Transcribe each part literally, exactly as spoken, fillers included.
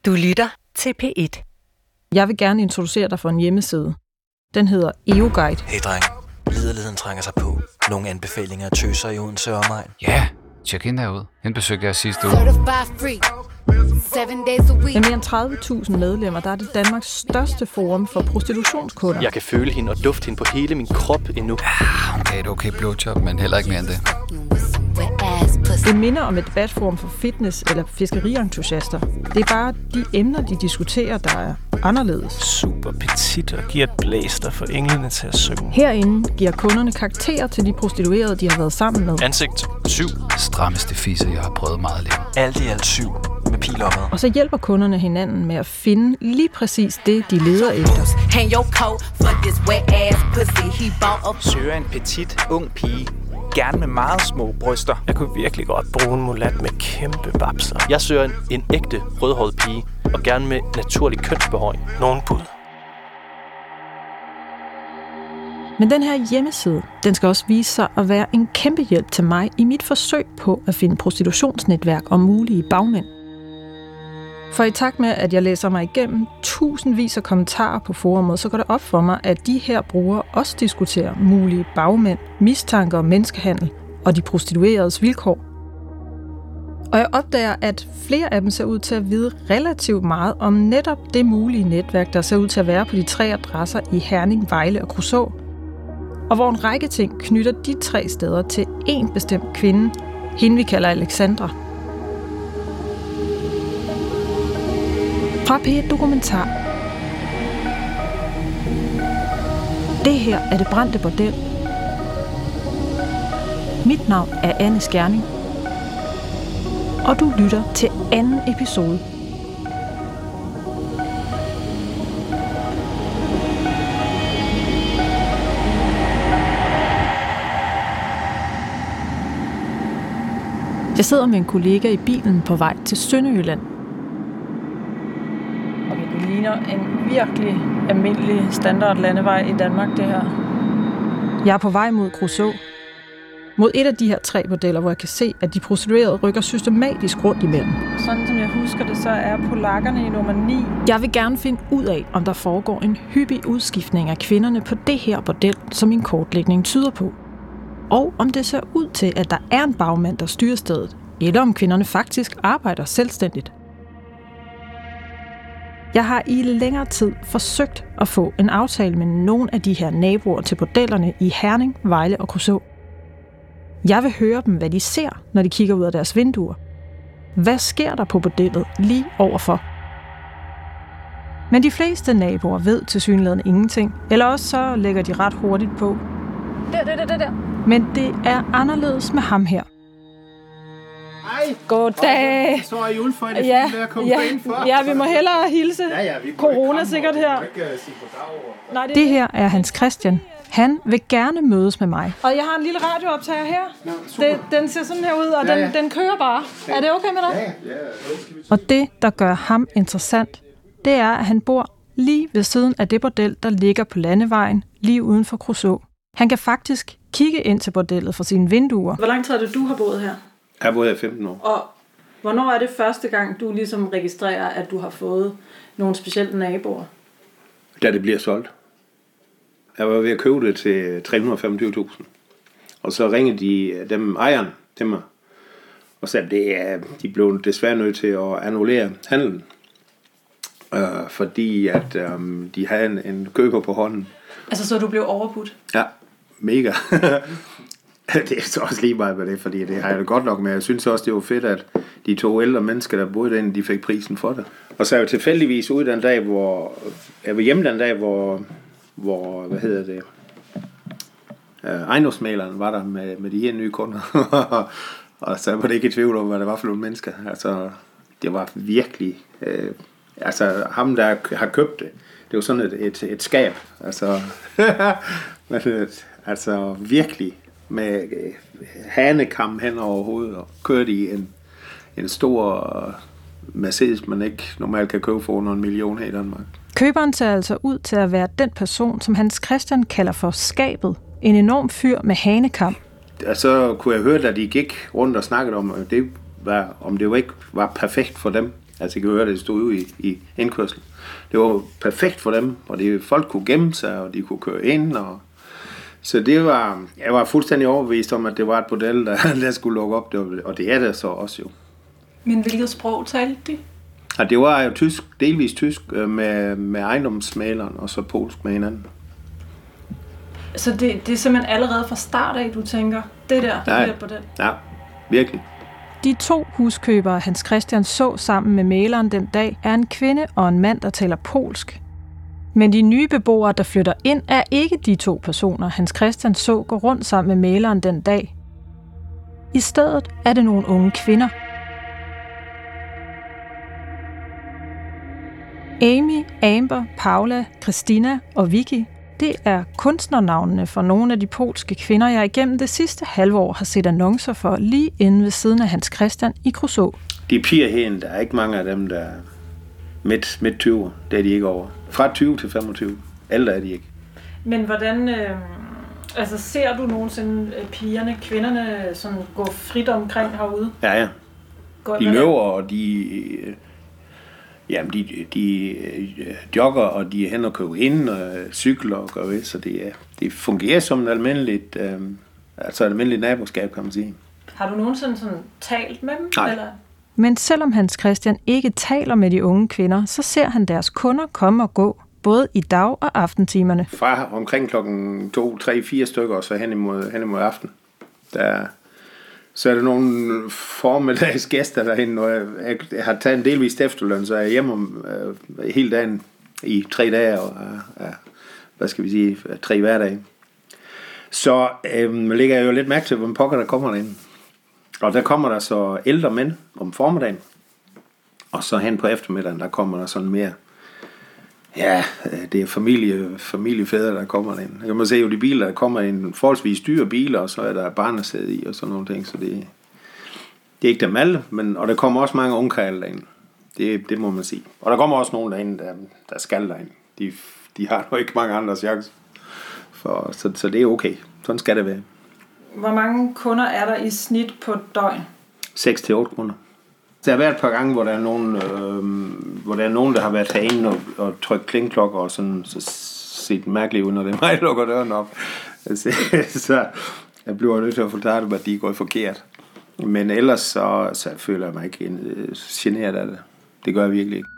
Du lytter til P et. Jeg vil gerne introducere dig for en hjemmeside. Den hedder EOGuide. Hey dreng, liderligheden trænger sig på. Nogle anbefalinger af tøser i Odense og omegn. Ja, tjek ind derud. Den besøgte jeg sidste uge. Med mere end tredive tusind medlemmer, der er det Danmarks største forum for prostitutionskunder. Jeg kan føle hende og dufte hende på hele min krop endnu. Ah, hun gav et okay blowjob, men heller ikke mere end det. Det minder om et debatforum for fitness- eller fiskerientusiaster. Det er bare de emner, de diskuterer, der er anderledes. Super petit og giver et blæster for englene til at synge. Herinde giver kunderne karakterer til de prostituerede, de har været sammen med. Ansigt syv. Strammeste fisse, jeg har prøvet meget længe. Alt i alt syv med pil opad. Og så hjælper kunderne hinanden med at finde lige præcis det, de leder efter. Søger en petit, ung pige. Gerne med meget små bryster. Jeg kunne virkelig godt bruge en mulat med kæmpe babser. Jeg søger en, en ægte rødhåret pige, og gerne med naturlig kønsbehøjning. Nogen bud. Men den her hjemmeside, den skal også vise sig at være en kæmpe hjælp til mig i mit forsøg på at finde prostitutionsnetværk og mulige bagmænd. For i takt med, at jeg læser mig igennem tusindvis af kommentarer på forumet, så går det op for mig, at de her brugere også diskuterer mulige bagmænd, mistanker om menneskehandel og de prostitueredes vilkår. Og jeg opdager, at flere af dem ser ud til at vide relativt meget om netop det mulige netværk, der ser ud til at være på de tre adresser i Herning, Vejle og Kruså. Og hvor en række ting knytter de tre steder til én bestemt kvinde, hende vi kalder Alexandra. Fra P et Dokumentar. Det her er Det Brændte Bordel. Mit navn er Anne Skjerning, og du lytter til anden episode. Jeg sidder med en kollega i bilen på vej til Sønderjylland. Okay, det ligner en virkelig almindelig standard landevej i Danmark, det her. Jeg er på vej mod Kruså. Mod et af de her tre bordeller, hvor jeg kan se, at de prostituerede rykker systematisk rundt imellem. Sådan som jeg husker det, så er polakkerne i nummer ni. Jeg vil gerne finde ud af, om der foregår en hyppig udskiftning af kvinderne på det her bordel, som min kortlægning tyder på. Og om det ser ud til, at der er en bagmand, der styrer stedet, eller om kvinderne faktisk arbejder selvstændigt. Jeg har i længere tid forsøgt at få en aftale med nogle af de her naboer til bordellerne i Herning, Vejle og Kruså. Jeg vil høre dem, hvad de ser, når de kigger ud af deres vinduer. Hvad sker der på bordellet lige overfor? Men de fleste naboer ved tilsyneladende ingenting, eller også så lægger de ret hurtigt på. Der, der, der, der, der. Men det er anderledes med ham her. Hej. Goddag. Så er I udenfor, det er ja, fint, at komme ja, indenfor. ja, vi må hellere hilse. Ja, ja, vi Corona sikkert her. Ikke sige goddag over. Nej, det... det her er Hans Christian. Han vil gerne mødes med mig. Og jeg har en lille radiooptager her. Nå, det, den ser sådan her ud, og ja, ja. Den, den kører bare. Ja. Er det okay med dig? Ja, ja. Og det, der gør ham interessant, det er, at han bor lige ved siden af det bordel, der ligger på landevejen, lige uden for Kruså. Han kan faktisk kigge ind til bordellet fra sine vinduer. Hvor lang tid er det, du har boet her? Jeg har boet her femten år. Og hvornår er det første gang, du ligesom registrerer, at du har fået nogle specielle naboer? Da det bliver solgt. Jeg var ved at købe det til tre hundrede og femogtyve tusind. Og så ringede de dem ejeren til mig. Og sagde, at det er, de blev desværre nødt til at annullere handlen. Øh, fordi at øh, de havde en, en køber på hånden. Altså så du blev overbudt? Ja, mega. Det er så også lige meget med det, fordi det har jeg det godt nok med. Jeg synes også, det var fedt, at de to ældre mennesker, der boede derinde, de fik prisen for det. Og så er jeg jo tilfældigvis ude den dag, hvor jeg var hjemme den dag, hvor, hvor hvad hedder det, uh, ejendomsmæleren var der med, med de her nye kunder. Og så var det ikke i tvivl om, hvad det var for nogle mennesker. Altså, det var virkelig, øh, altså ham, der har købt det, det var sådan et, et, et skab. Altså, altså virkelig med øh, hanekam hen over hovedet og kørte i en, en stor øh, Mercedes, man ikke normalt kan købe for under en million her i Danmark. Køberen ser altså ud til at være den person, som Hans Christian kalder for skabet. En enorm fyr med hanekam. Og så kunne jeg høre, at de gik rundt og snakkede om, at det var, om det jo ikke var perfekt for dem. Altså, jeg kan høre, det stod ude i, i indkørsel. Det var perfekt for dem, og det, folk kunne gemme sig, og de kunne køre ind. Og, så det var, jeg var fuldstændig overbevist om, at det var et bordel, der, der skulle lukke op, det var, og det er det så også jo. Men hvilket sprog talte de? Ja, det var jo tysk, delvis tysk med, med ejendomsmaleren, og så polsk med hinanden. Så det, det er simpelthen allerede fra start af, du tænker, det der, det ja, bliver på det? Ja, virkelig. De to huskøbere, Hans Christian så sammen med mæleren den dag, er en kvinde og en mand, der taler polsk. Men de nye beboere, der flytter ind, er ikke de to personer, Hans Christian så gå rundt sammen med mæleren den dag. I stedet er det nogle unge kvinder. Amy, Amber, Paula, Christina og Vicky, det er kunstnernavnene for nogle af de polske kvinder, jeg igennem det sidste halve år har set annoncer for lige inde ved siden af Hans Christian i Kruså. De piger herinde, der er ikke mange af dem, der er midt, midt tyve, det er de ikke over. Fra tyve til femogtyve, ældre er de ikke. Men hvordan, øh, altså ser du nogensinde pigerne, kvinderne sådan gå frit omkring herude? Ja, ja. Går, de løber, og de... Jamen, de, de jogger, og de er hen og køber ind, og cykler og gør ved, så det, det fungerer som et almindeligt, øh, altså et almindeligt naboskab, kan man sige. Har du nogensinde sådan talt med dem? Nej. Eller? Men selvom Hans Christian ikke taler med de unge kvinder, så ser han deres kunder komme og gå, både i dag- og aftentimerne. Fra omkring klokken to, tre, fire stykker, og så hen imod, hen imod aften. Der Så er der nogle formiddagsgæster derinde, og jeg, jeg har taget en delvist efterløn, så jeg er hjemme om, øh, hele dagen i tre dage, og øh, hvad skal vi sige, tre hverdage. Så øh, lægger jeg jo lidt mærke til, hvor pokker der kommer derinde. Og der kommer der så ældre mænd om formiddagen, og så hen på eftermiddagen, der kommer der sådan mere, ja, det er familie, familiefædre, der kommer ind. Jeg kan man se jo de biler, der kommer ind, forholdsvis dyre biler, og så er der barnesæde i, og sådan nogle ting, så det, det er ikke dem alle, men, og der kommer også mange ungkarle derind. Det, det må man sige. Og der kommer også nogen derinde, der, der skal derind. De, de har jo ikke mange andre chancer. For, så, så det er okay. Sådan skal det være. Hvor mange kunder er der i snit på døgn? seks til otte kunder. Der har været et par gange, hvor der er nogen, øh, hvor der er nogen, der har været herinde og, og trykt klingklokker og sådan, så set mærkeligt ud, når det er mig, der lukker døren op. Så, så jeg bliver nødt til at fortælle dem, at de går forkert. Men ellers så, så føler jeg mig ikke øh, generet af det. Det gør jeg virkelig ikke.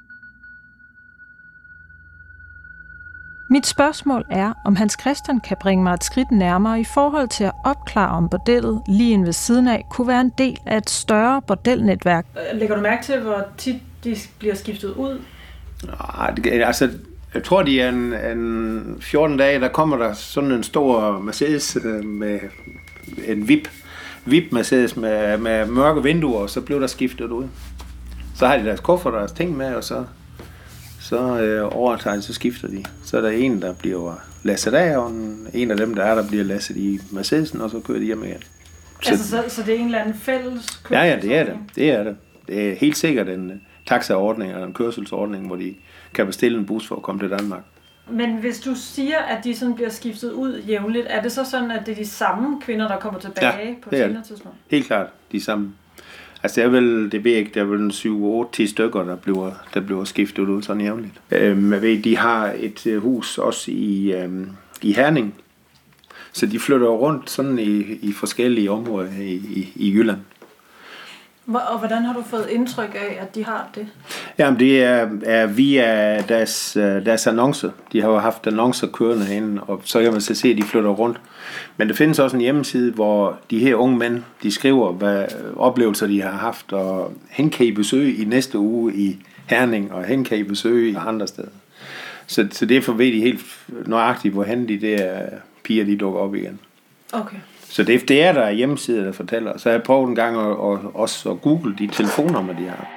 Mit spørgsmål er, om Hans Christian kan bringe mig et skridt nærmere i forhold til at opklare, om bordellet lige inde ved siden af kunne være en del af et større bordelnetværk. Lægger du mærke til, hvor tit de bliver skiftet ud? Nej, altså, jeg tror, de er en, en fjorten dage, der kommer der sådan en stor Mercedes med en vip, vip Mercedes med, med mørke vinduer, og så bliver der skiftet ud. Så har de deres kuffer og deres ting med, og så så øh, overtager så skifter de. Så er der en, der bliver læsset af, og en af dem, der er, der bliver læsset i Mercedesen, og så kører de hjem igen. Så, altså, så, så det er en eller anden fælles kørsel? Ja, ja, det er det. Det er det. Det er helt sikkert en taxaordning eller en kørselsordning, hvor de kan bestille en bus for at komme til Danmark. Men hvis du siger, at de sådan bliver skiftet ud jævnligt, er det så sådan, at det er de samme kvinder, der kommer tilbage ja, på et senere tidspunkt? Helt klart, de samme. Altså det er vel, det ved jeg ikke, der er vel en syv otte ti stykker, der bliver, der bliver skiftet ud sådan jævnligt. Øhm, jeg ved, de har et hus også i, øhm, i Herning, så de flytter rundt sådan i, i forskellige områder i, i, i Jylland. Og hvordan har du fået indtryk af, at de har det? Jamen det er, er via deres, deres annoncer. De har jo haft annoncer kørende herinde, og så kan man så se, at de flytter rundt. Men der findes også en hjemmeside, hvor de her unge mænd, de skriver, hvad oplevelser de har haft, og hen kan I besøge i næste uge i Herning, og hen kan I besøge i andre steder. Så, så derfor ved de helt nøjagtigt, hvorhen de der piger, de dukker op igen. Okay. Så det, det er der hjemmesider, der fortæller. Så jeg har prøvet en gang at, at, også at google de telefonnummer, de har.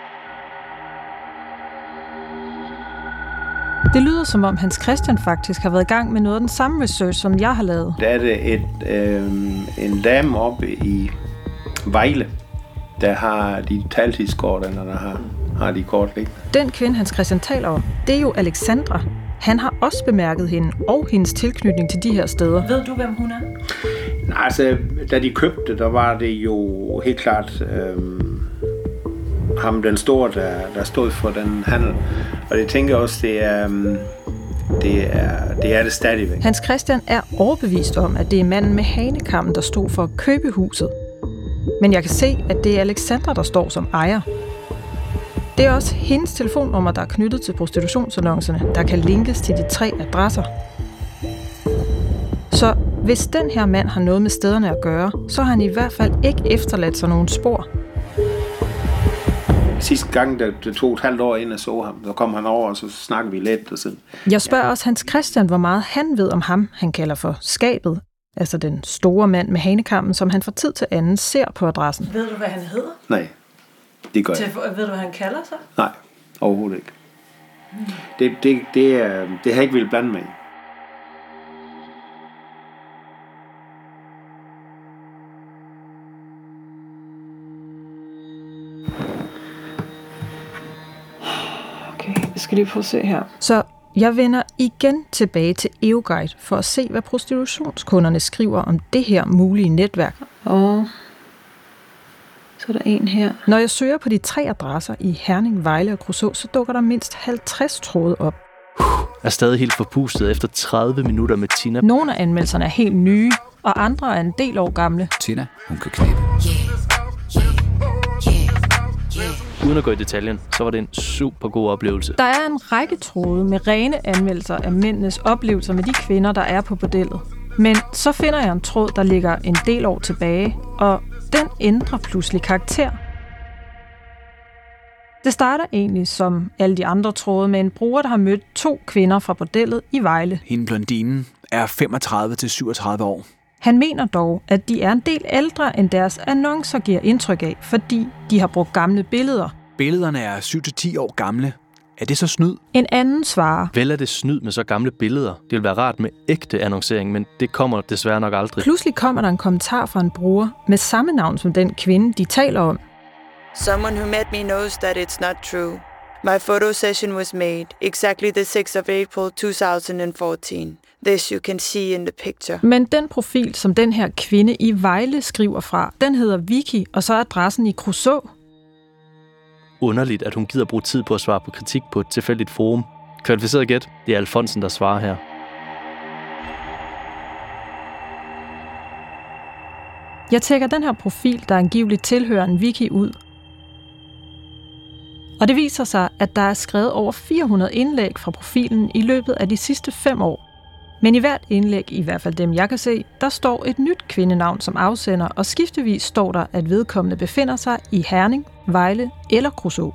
Det lyder som om Hans Christian faktisk har været i gang med noget af den samme research, som jeg har lavet. Der er det et, øh, en dame oppe i Vejle, der har de taltidskortene, der har, har de kort liggende. Den kvinde, Hans Christian taler om, det er jo Alexandra. Han har også bemærket hende og hendes tilknytning til de her steder. Ved du, hvem hun er? Nej, altså, da de købte, der var det jo helt klart øh, ham den store, der, der stod for den handel. Og det tænker også, det er, det er det, er det stadigvæk. Hans Christian er overbevist om, at det er manden med hanekammen, der stod for at købe huset. Men jeg kan se, at det er Alexandra, der står som ejer. Det er også hendes telefonnummer, der er knyttet til prostitutionsannoncerne, der kan linkes til de tre adresser. Så hvis den her mand har noget med stederne at gøre, så har han i hvert fald ikke efterladt sig nogen spor. Sidste gang, da det tog et halvt år ind og så ham, så kom han over, og så snakkede vi lidt. Og så... Jeg spørger også Hans Christian, hvor meget han ved om ham, han kalder for skabet. Altså den store mand med hanekammen, som han fra tid til anden ser på adressen. Ved du, hvad han hedder? Nej, det gør jeg ikke. Ved du, hvad han kalder sig? Nej, overhovedet ikke. Hmm. Det, det, det, er, det har jeg ikke ville blande mig i. Okay, jeg skal lige prøve at se her. Så jeg vender igen tilbage til EOGuide for at se, hvad prostitutionskunderne skriver om det her mulige netværk. Og så er der en her. Når jeg søger på de tre adresser i Herning, Vejle og Kruså, så dukker der mindst halvtreds tråde op. Jeg er stadig helt forpustet efter tredive minutter med Tina. Nogle af anmeldelserne er helt nye, og andre er en del år gamle. Tina, hun kan knippe. Uden at gå i detaljen, så var det en super god oplevelse. Der er en række tråde med rene anmeldelser af mændenes oplevelser med de kvinder, der er på bordellet. Men så finder jeg en tråd, der ligger en del år tilbage, og den ændrer pludselig karakter. Det starter egentlig som alle de andre tråde med en bruger, der har mødt to kvinder fra bordellet i Vejle. Hende blondinen er femogtredive til syvogtredive år. Han mener dog, at de er en del ældre, end deres annoncer giver indtryk af, fordi de har brugt gamle billeder. Billederne er syv til ti år gamle. Er det så snyd? En anden svarer. Vel er det snyd med så gamle billeder. Det vil være rart med ægte annoncering, men det kommer desværre nok aldrig. Pludselig kommer der en kommentar fra en bruger med samme navn som den kvinde, de taler om. Someone who met me knows that it's not true. My photo session was made exactly the sixth of April two thousand fourteen. This you can see in the picture. Men den profil, som den her kvinde i Vejle skriver fra, den hedder Vicky, og så er adressen i Kruså. Underligt, at hun gider bruge tid på at svare på kritik på et tilfældigt forum. Kvalificeret gæt, det er Alfonsen, der svarer her. Jeg tjekker den her profil, der angiveligt tilhører en Vicky, ud. Og det viser sig, at der er skrevet over fire hundrede indlæg fra profilen i løbet af de sidste fem år. Men i hvert indlæg, i hvert fald dem jeg kan se, der står et nyt kvindenavn som afsender, og skiftevis står der, at vedkommende befinder sig i Herning, Vejle eller Kruså.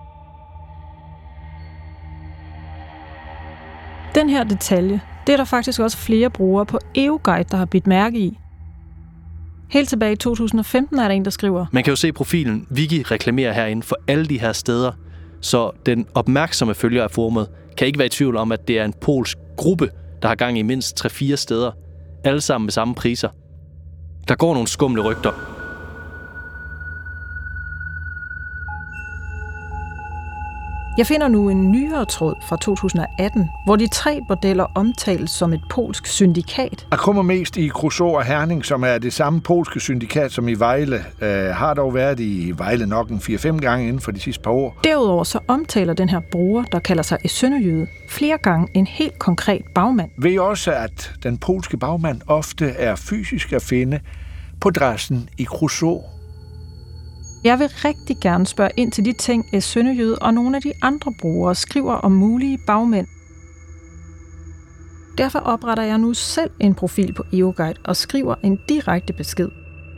Den her detalje, det er der faktisk også flere brugere på EOGuide, der har bidt mærke i. Helt tilbage i to tusind og femten er der en, der skriver: Man kan jo se profilen Vicky reklamerer herinde for alle de her steder, så den opmærksomme følger af forumet kan ikke være i tvivl om, at det er en polsk gruppe, der har gang i mindst tre fire steder, alle sammen med samme priser. Der går nogle skumle rygter. Jeg finder nu en nyere tråd fra to tusind og atten, hvor de tre bordeller omtales som et polsk syndikat. Jeg kommer mest i Kruså og Herning, som er det samme polske syndikat som i Vejle. Uh, har dog været i Vejle nok en fire fem gange inden for de sidste par år. Derudover så omtaler den her bruger, der kalder sig i sønderjyde, flere gange en helt konkret bagmand. Ved I også, at den polske bagmand ofte er fysisk at finde på adressen i Kruså? Jeg vil rigtig gerne spørge ind til de ting, at sønderjyde og nogle af de andre brugere skriver om mulige bagmænd. Derfor opretter jeg nu selv en profil på EOGuide og skriver en direkte besked.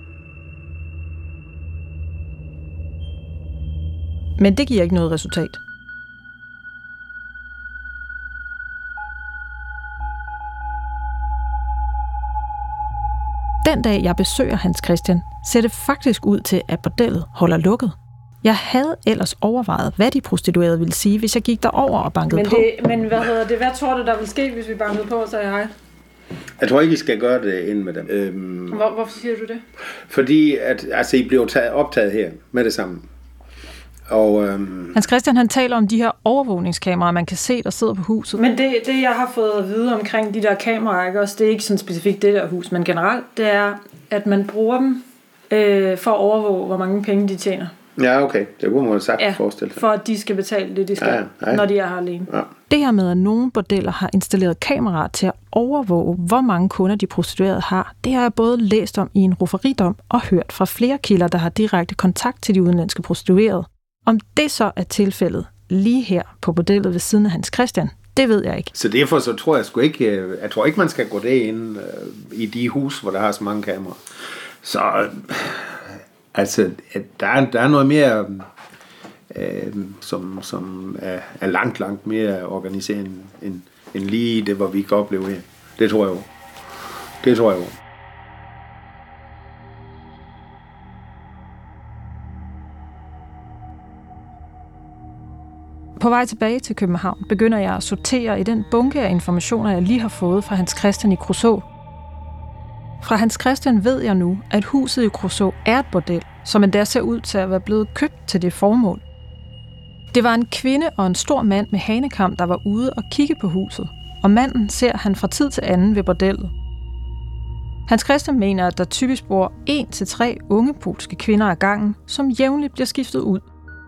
Men det giver ikke noget resultat. Den dag, jeg besøger Hans Christian, ser det faktisk ud til, at bordellet holder lukket. Jeg havde ellers overvejet, hvad de prostituerede ville sige, hvis jeg gik derover og bankede men på. Det, men hvad hedder det? Hvad tror du, der vil ske, hvis vi bankede på og sagde hej? Jeg tror ikke, I skal gøre det ind med dem. Øhm, Hvor, hvorfor siger du det? Fordi at, altså, I bliver taget, optaget her med det samme. Og, øhm... Hans Christian, han taler om de her overvågningskameraer, man kan se, der sidder på huset. Men det, det jeg har fået at vide omkring de der kameraer, ikke også, det er ikke sådan specifikt det der hus, men generelt, det er, at man bruger dem øh, for at overvåge, hvor mange penge de tjener. Ja, okay. Det kunne man sagt ja, forestille sig. for at de skal betale det, de skal, ja, ja. når de er her alene. Ja. Det her med, at nogle bordeller har installeret kameraer til at overvåge, hvor mange kunder de prostituerede har, det har jeg både læst om i en rufferi-dom og hørt fra flere kilder, der har direkte kontakt til de udenlandske prostituerede. Om det så er tilfældet lige her på bordellet ved siden af Hans Christian, det ved jeg ikke. Så derfor så tror jeg sgu ikke, jeg tror ikke, man skal gå derind øh, i de hus, hvor der har så mange kameraer. Så altså, der er, der er noget mere, øh, som, som er, er langt, langt mere organiseret end, end lige det, hvor vi kan opleve her. Det tror jeg jo. Det tror jeg jo. På vej tilbage til København begynder jeg at sortere i den bunke af informationer, jeg lige har fået fra Hans Christian i Kruså. Fra Hans Christian ved jeg nu, at huset i Kruså er et bordel, som endda ser ud til at være blevet købt til det formål. Det var en kvinde og en stor mand med hanekam, der var ude og kigge på huset, og manden ser han fra tid til anden ved bordellet. Hans Christian mener, at der typisk bor en til tre unge polske kvinder ad gangen, som jævnligt bliver skiftet ud.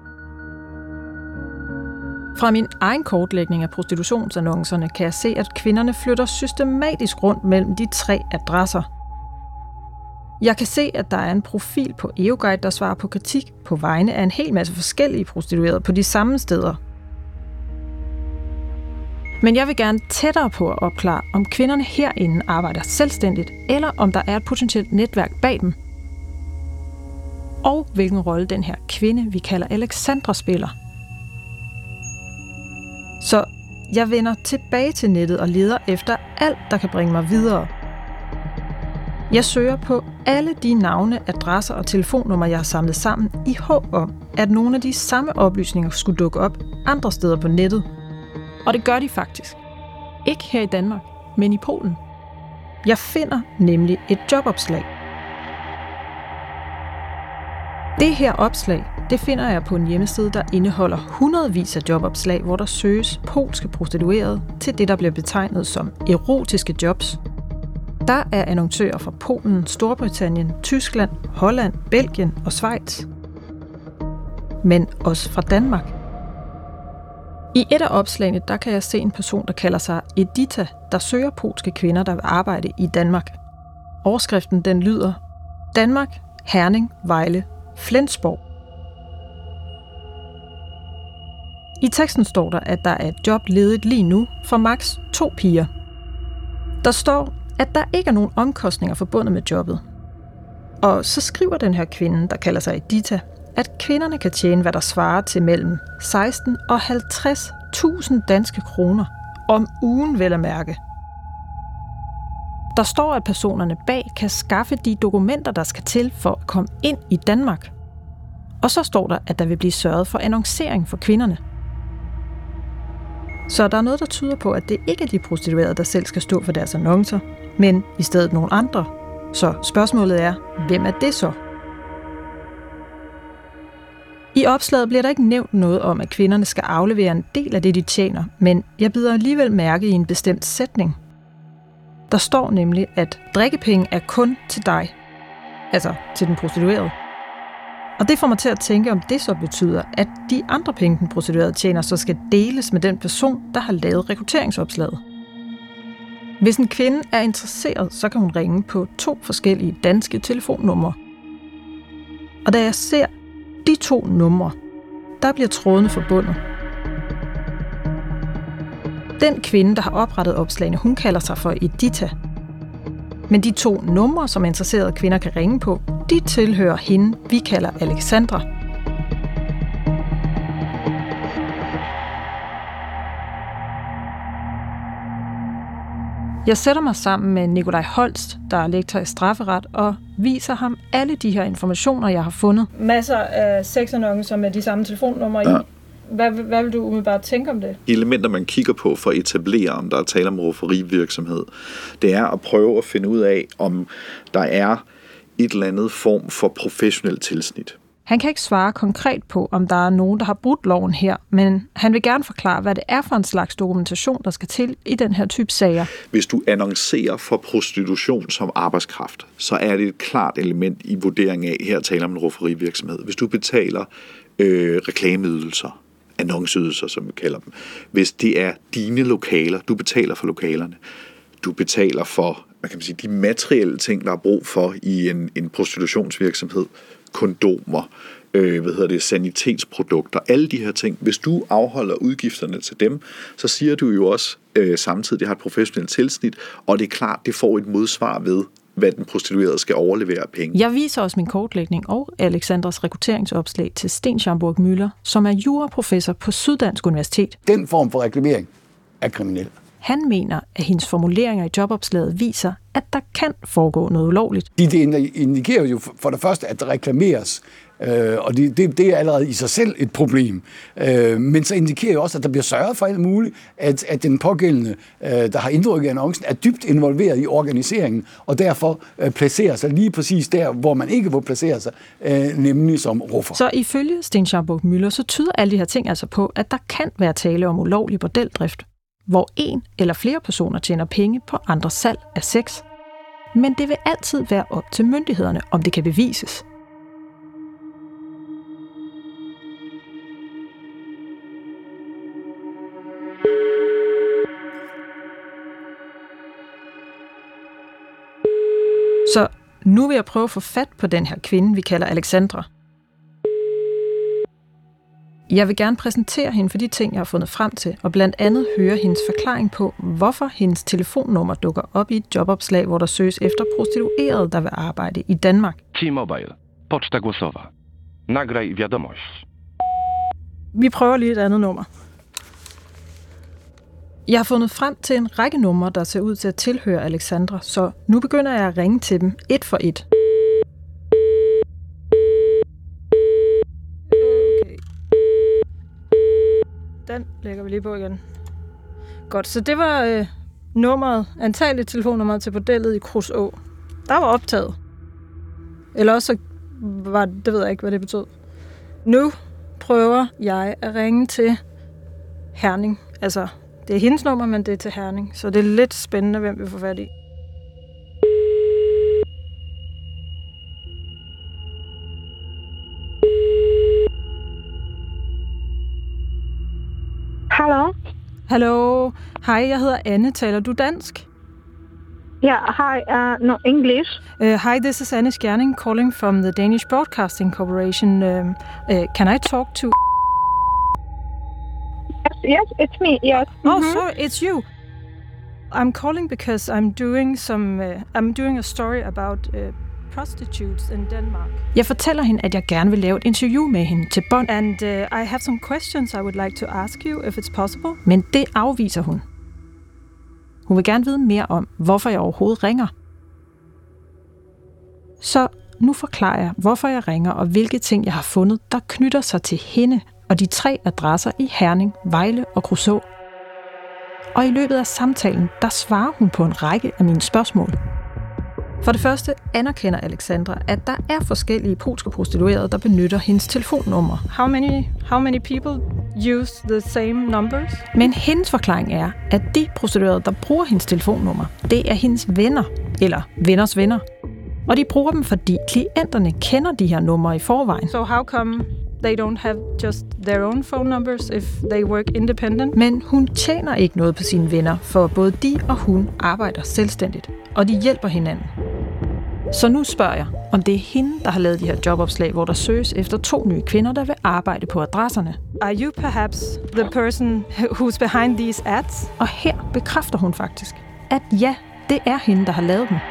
Fra min egen kortlægning af prostitutionsannoncerne kan jeg se, at kvinderne flytter systematisk rundt mellem de tre adresser. Jeg kan se, at der er en profil på EOGuide, der svarer på kritik på vegne af en hel masse forskellige prostituerede på de samme steder. Men jeg vil gerne tættere på at opklare, om kvinderne herinde arbejder selvstændigt, eller om der er et potentielt netværk bag dem. Og hvilken rolle den her kvinde, vi kalder Alexandra, spiller. Så jeg vender tilbage til nettet og leder efter alt, der kan bringe mig videre. Jeg søger på alle de navne, adresser og telefonnumre, jeg har samlet sammen, i håb om, at nogle af de samme oplysninger skulle dukke op andre steder på nettet. Og det gør de faktisk. Ikke her i Danmark, men i Polen. Jeg finder nemlig et jobopslag. Det her opslag, det finder jeg på en hjemmeside, der indeholder hundredvis af jobopslag, hvor der søges polske prostituerede til det, der bliver betegnet som erotiske jobs. Der er annoncører fra Polen, Storbritannien, Tyskland, Holland, Belgien og Schweiz. Men også fra Danmark. I et af opslagene, der kan jeg se en person, der kalder sig Edita, der søger polske kvinder, der vil arbejde i Danmark. Overskriften den lyder: Danmark, Herning, Vejle, Flensborg. I teksten står der, at der er et job ledigt lige nu for maks to piger. Der står, at der ikke er nogen omkostninger forbundet med jobbet. Og så skriver den her kvinde, der kalder sig Edita, at kvinderne kan tjene, hvad der svarer til mellem seksten og halvtreds tusind danske kroner om ugen, vel at mærke. Der står, at personerne bag kan skaffe de dokumenter, der skal til for at komme ind i Danmark. Og så står der, at der vil blive sørget for annoncering for kvinderne. Så der er noget, der tyder på, at det ikke er de prostituerede, der selv skal stå for deres annoncer, men i stedet nogle andre. Så spørgsmålet er, hvem er det så? I opslaget bliver der ikke nævnt noget om, at kvinderne skal aflevere en del af det, de tjener, men jeg bider alligevel mærke i en bestemt sætning. Der står nemlig, at drikkepenge er kun til dig, altså til den prostituerede. Og det får mig til at tænke, om det så betyder, at de andre penge, den prostituerede tjener, så skal deles med den person, der har lavet rekrutteringsopslaget. Hvis en kvinde er interesseret, så kan hun ringe på to forskellige danske telefonnumre. Og da jeg ser de to numre, der bliver trådene forbundet. Den kvinde, der har oprettet opslagene, hun kalder sig for Edita. Men de to numre, som interesserede kvinder kan ringe på, de tilhører hende, vi kalder Alexandra. Jeg sætter mig sammen med Nikolaj Holst, der er lektor i strafferet, og viser ham alle de her informationer, jeg har fundet. Masser af sexannoncer med de samme telefonnumre ja. i. Hvad, hvad vil du umiddelbart tænke om det? Elementer, man kigger på for at etablere, om der er tale om rufferivirksomhed, det er at prøve at finde ud af, om der er et eller andet form for professionel tilsnit. Han kan ikke svare konkret på, om der er nogen, der har brudt loven her, men han vil gerne forklare, hvad det er for en slags dokumentation, der skal til i den her type sager. Hvis du annoncerer for prostitution som arbejdskraft, så er det et klart element i vurderingen af, her taler om en rufferivirksomhed. Hvis du betaler øh, reklameydelser, annonceydelser, som vi kalder dem, hvis det er dine lokaler, du betaler for lokalerne, du betaler for, hvad kan man sige, de materielle ting, der er brug for i en, en prostitutionsvirksomhed, kondomer, øh, hvad hedder det, sanitetsprodukter, alle de her ting. Hvis du afholder udgifterne til dem, så siger du jo også øh, samtidig, at det har et professionelt tilsnit, og det er klart, det får et modsvar ved, hvad den prostituerede skal overlevere af penge. Jeg viser også min kortlægning og Alexandras rekrutteringsopslag til Sten Schamburg Müller, som er juraprofessor på Syddansk Universitet. Den form for reklamering er kriminel. Han mener, at hendes formuleringer i jobopslaget viser, at der kan foregå noget ulovligt. Det indikerer jo for det første, at der reklameres, øh, og det, det, det er allerede i sig selv et problem. Øh, men så indikerer jo også, at der bliver sørget for alt muligt, at, at den pågældende, øh, der har indrykket annoncen, er dybt involveret i organiseringen, og derfor øh, placerer sig lige præcis der, hvor man ikke må placere sig, øh, nemlig som ruffer. Så ifølge Sten Schamburg Müller, så tyder alle de her ting altså på, at der kan være tale om ulovlig bordeldrift, hvor en eller flere personer tjener penge på andres salg af sex. Men det vil altid være op til myndighederne, om det kan bevises. Så nu vil jeg prøve at få fat på den her kvinde, vi kalder Alexandra. Jeg vil gerne præsentere hende for de ting, jeg har fundet frem til, og blandt andet høre hendes forklaring på, hvorfor hendes telefonnummer dukker op i et jobopslag, hvor der søges efter prostituerede, der vil arbejde i Danmark. T-Mobile. Poczta głosowa. Nagraj wiadomość. Vi prøver lige et andet nummer. Jeg har fundet frem til en række numre, der ser ud til at tilhøre Alexandra, så nu begynder jeg at ringe til dem et for et. Den lægger vi lige på igen. Godt, så det var øh, nummeret, antageligt telefonnummeret til bordellet i Kruså. Der var optaget. Eller også var det, ved jeg ikke, hvad det betød. Nu prøver jeg at ringe til Herning. Altså, det er hendes nummer, men det er til Herning. Så det er lidt spændende, hvem vi får fat i. Hallo. Hallo. Hej, jeg hedder Anne. Taler du dansk? Yeah, hi, uh, no, English. Uh, hi, this is Anne Skjerning calling from the Danish Broadcasting Corporation. Um, uh, can I talk to... Yes, yes, it's me, yes. Oh, mm-hmm. sorry, it's you. I'm calling because I'm doing some... Uh, I'm doing a story about... Uh, prostitutes in Denmark. Jeg fortæller hende, at jeg gerne vil lave et interview med hende til bånd. And uh, I have some questions I would like to ask you, if it's possible. Men det afviser hun. Hun vil gerne vide mere om, hvorfor jeg overhovedet ringer. Så nu forklarer jeg, hvorfor jeg ringer, og hvilke ting jeg har fundet, der knytter sig til hende og de tre adresser i Herning, Vejle og Kruså. Og i løbet af samtalen, der svarer hun på en række af mine spørgsmål. For det første anerkender Alexandra, at der er forskellige polske prostituerede, der benytter hendes telefonnummer. How many, how many people use the same numbers? Men hendes forklaring er, at de prostituerede, der bruger hendes telefonnummer, det er hendes venner, eller venners venner. Og de bruger dem, fordi klienterne kender de her numre i forvejen. So how come they don't have just their own phone numbers if they work independent? Men hun tjener ikke noget på sine venner, for både de og hun arbejder selvstændigt, og de hjælper hinanden. Så nu spørger jeg, om det er hende, der har lavet de her jobopslag, hvor der søges efter to nye kvinder, der vil arbejde på adresserne. Are you perhaps the person who's behind these ads? Og her bekræfter hun faktisk, at ja, det er hende, der har lavet dem.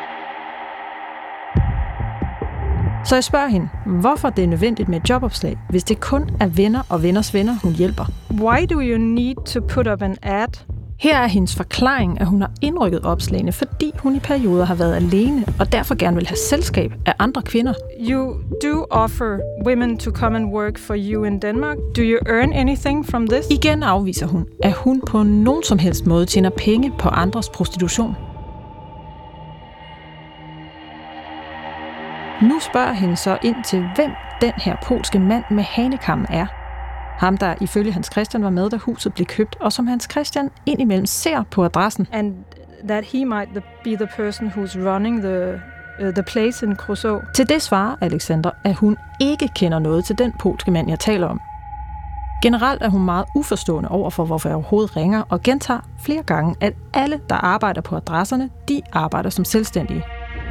Så jeg spørger hende, hvorfor det er nødvendigt med et jobopslag, hvis det kun er venner og venners venner, hun hjælper. Why do you need to put up an ad? Her er hendes forklaring, at hun har indrykket opslagene, fordi hun i perioder har været alene, og derfor gerne vil have selskab af andre kvinder. You do offer women to come and work for you in Denmark. Do you earn anything from this? Igen afviser hun, at hun på nogen som helst måde tjener penge på andres prostitution. Nu spørger hende så ind til, hvem den her polske mand med hanekammen er. Ham, der ifølge Hans Christian var med, da huset blev købt, og som Hans Christian indimellem ser på adressen. And that he might be the person who's running the, uh, the place in Kruså. Til det svarer Alexandra, at hun ikke kender noget til den polske mand, jeg taler om. Generelt er hun meget uforstående over for, hvorfor jeg overhovedet ringer, og gentager flere gange, at alle, der arbejder på adresserne, de arbejder som selvstændige.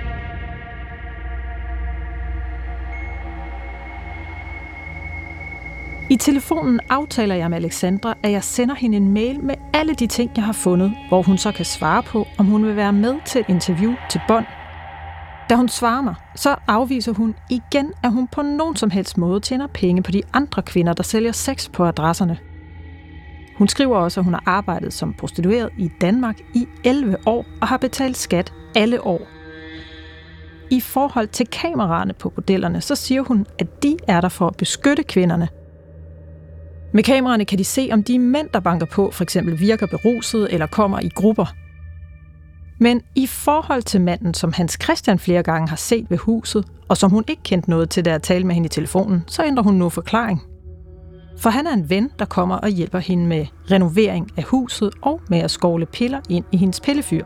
I telefonen aftaler jeg med Alexandra, at jeg sender hende en mail med alle de ting, jeg har fundet, hvor hun så kan svare på, om hun vil være med til et interview til bånd. Da hun svarer mig, så afviser hun igen, at hun på nogen som helst måde tjener penge på de andre kvinder, der sælger sex på adresserne. Hun skriver også, at hun har arbejdet som prostitueret i Danmark i elleve år og har betalt skat alle år. I forhold til kameraerne på bordellerne, så siger hun, at de er der for at beskytte kvinderne. Med kameraerne kan de se, om de mænd, der banker på, for eksempel virker beruset eller kommer i grupper. Men i forhold til manden, som Hans Christian flere gange har set ved huset, og som hun ikke kendte noget til, da jeg talte med hende i telefonen, så ændrer hun nu forklaring. For han er en ven, der kommer og hjælper hende med renovering af huset og med at skovle piller ind i hendes pillefyr.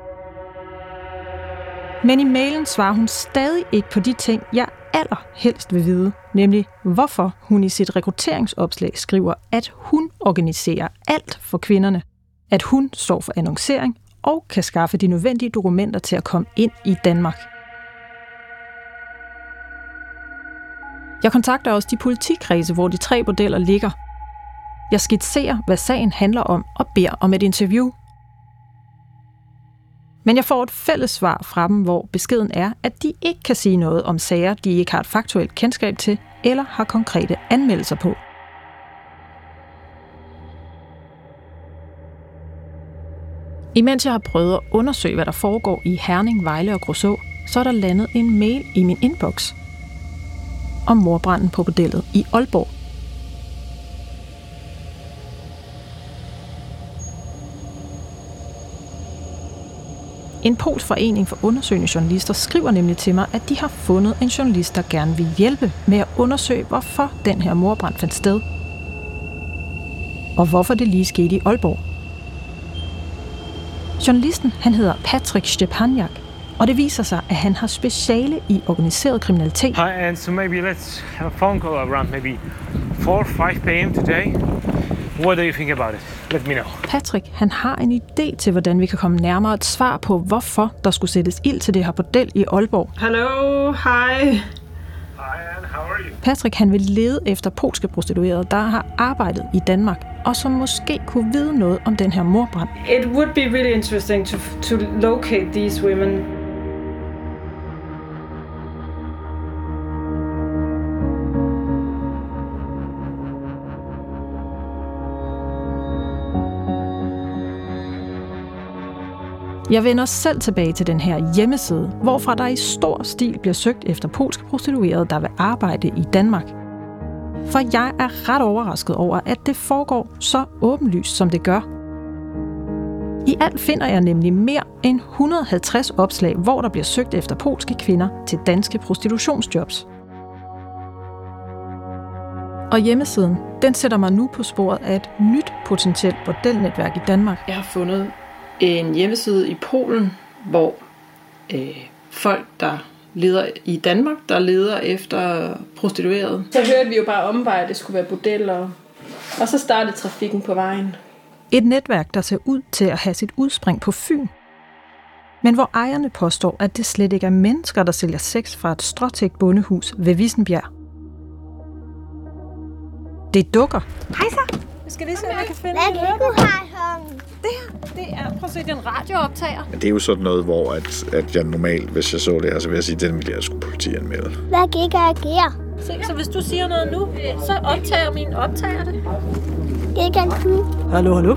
Men i mailen svarer hun stadig ikke på de ting, jeg allerhelst vil vide, nemlig hvorfor hun i sit rekrutteringsopslag skriver, at hun organiserer alt for kvinderne, at hun står for annoncering og kan skaffe de nødvendige dokumenter til at komme ind i Danmark. Jeg kontakter også de politikredse, hvor de tre bordeller ligger. Jeg skitserer, hvad sagen handler om og beder om et interview. Men jeg får et fælles svar fra dem, hvor beskeden er, at de ikke kan sige noget om sager, de ikke har et faktuelt kendskab til eller har konkrete anmeldelser på. Imens jeg har prøvet at undersøge, hvad der foregår i Herning, Vejle og Kruså, så er der landet en mail i min inbox om mordbranden på bordellet i Aalborg. En polsk forening for undersøgende journalister skriver nemlig til mig, at de har fundet en journalist, der gerne vil hjælpe med at undersøge, hvorfor den her mordbrand fandt sted. Og hvorfor det lige skete i Aalborg. Journalisten, han hedder Patrik Szczepaniak, og det viser sig, at han har speciale i organiseret kriminalitet. Hi, and so maybe let's have a phone call around maybe four, five p m today. What do you think about it? Let me know. Patrik, han har en idé til, hvordan vi kan komme nærmere et svar på, hvorfor der skulle sættes ild til det her bordel i Aalborg. Hello, hi. Hi, Anne, how are you? Patrik, han vil lede efter polske prostituerede, der har arbejdet i Danmark, og som måske kunne vide noget om den her mordbrand. It would be really interesting to, to locate these women. Jeg vender selv tilbage til den her hjemmeside, hvorfra der i stor stil bliver søgt efter polske prostituerede, der vil arbejde i Danmark. For jeg er ret overrasket over, at det foregår så åbenlyst, som det gør. I alt finder jeg nemlig mere end et hundrede og halvtreds opslag, hvor der bliver søgt efter polske kvinder til danske prostitutionsjobs. Og hjemmesiden, den sætter mig nu på sporet af et nyt potentielt bordelnetværk i Danmark. Jeg har fundet en hjemmeside i Polen, hvor øh, folk, der leder i Danmark, der leder efter prostituerede. Så hørte vi jo bare omvej, at det skulle være bordeller, og så startede trafikken på vejen. Et netværk, der ser ud til at have sit udspring på Fyn, men hvor ejerne påstår, at det slet ikke er mennesker, der sælger sex fra et stråtækt bondehus ved Vissenbjerg. Det dukker. Hej så! Jeg skal lige se, om jeg kan finde det. Det her, det er, prøv at se, den radiooptager. Det er jo sådan noget, hvor at, at jeg normalt, hvis jeg så det her, så vil jeg sige, at den ville jeg skulle politianmelde. Hvad gik jeg agere? Se, så hvis du siger noget nu, så optager min optager det. Gik jeg nu? Hallo, hallo.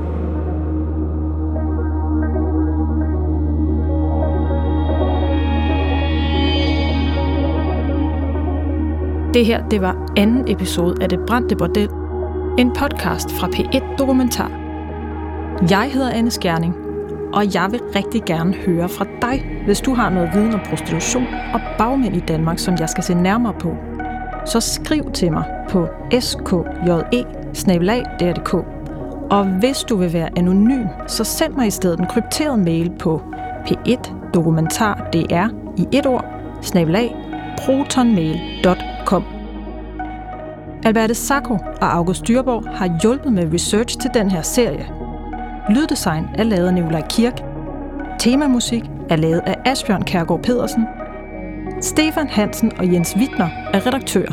Det her, det var anden episode af Det Brændte Bordel. En podcast fra P et Dokumentar. Jeg hedder Anne Skjerning, Og jeg vil rigtig gerne høre fra dig, hvis du har noget viden om prostitution og bagmænd i Danmark, som jeg skal se nærmere på. Så skriv til mig på s k j e snabel-a d r punktum d k. Og hvis du vil være anonym, så send mig i stedet en krypteret mail på p et dokumentar d r i et ord snabel-a protonmail punktum com. Alberte Sacco og August Dyrborg har hjulpet med research til den her serie. Lyddesign er lavet af Nikolaj Kirk. Temamusik er lavet af Asbjørn Kærgaard Pedersen. Stefan Hansen og Jens Wittner er redaktører.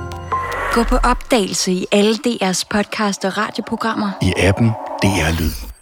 Gå på opdagelse i alle D R's podcast og radioprogrammer. I appen D R Lyd.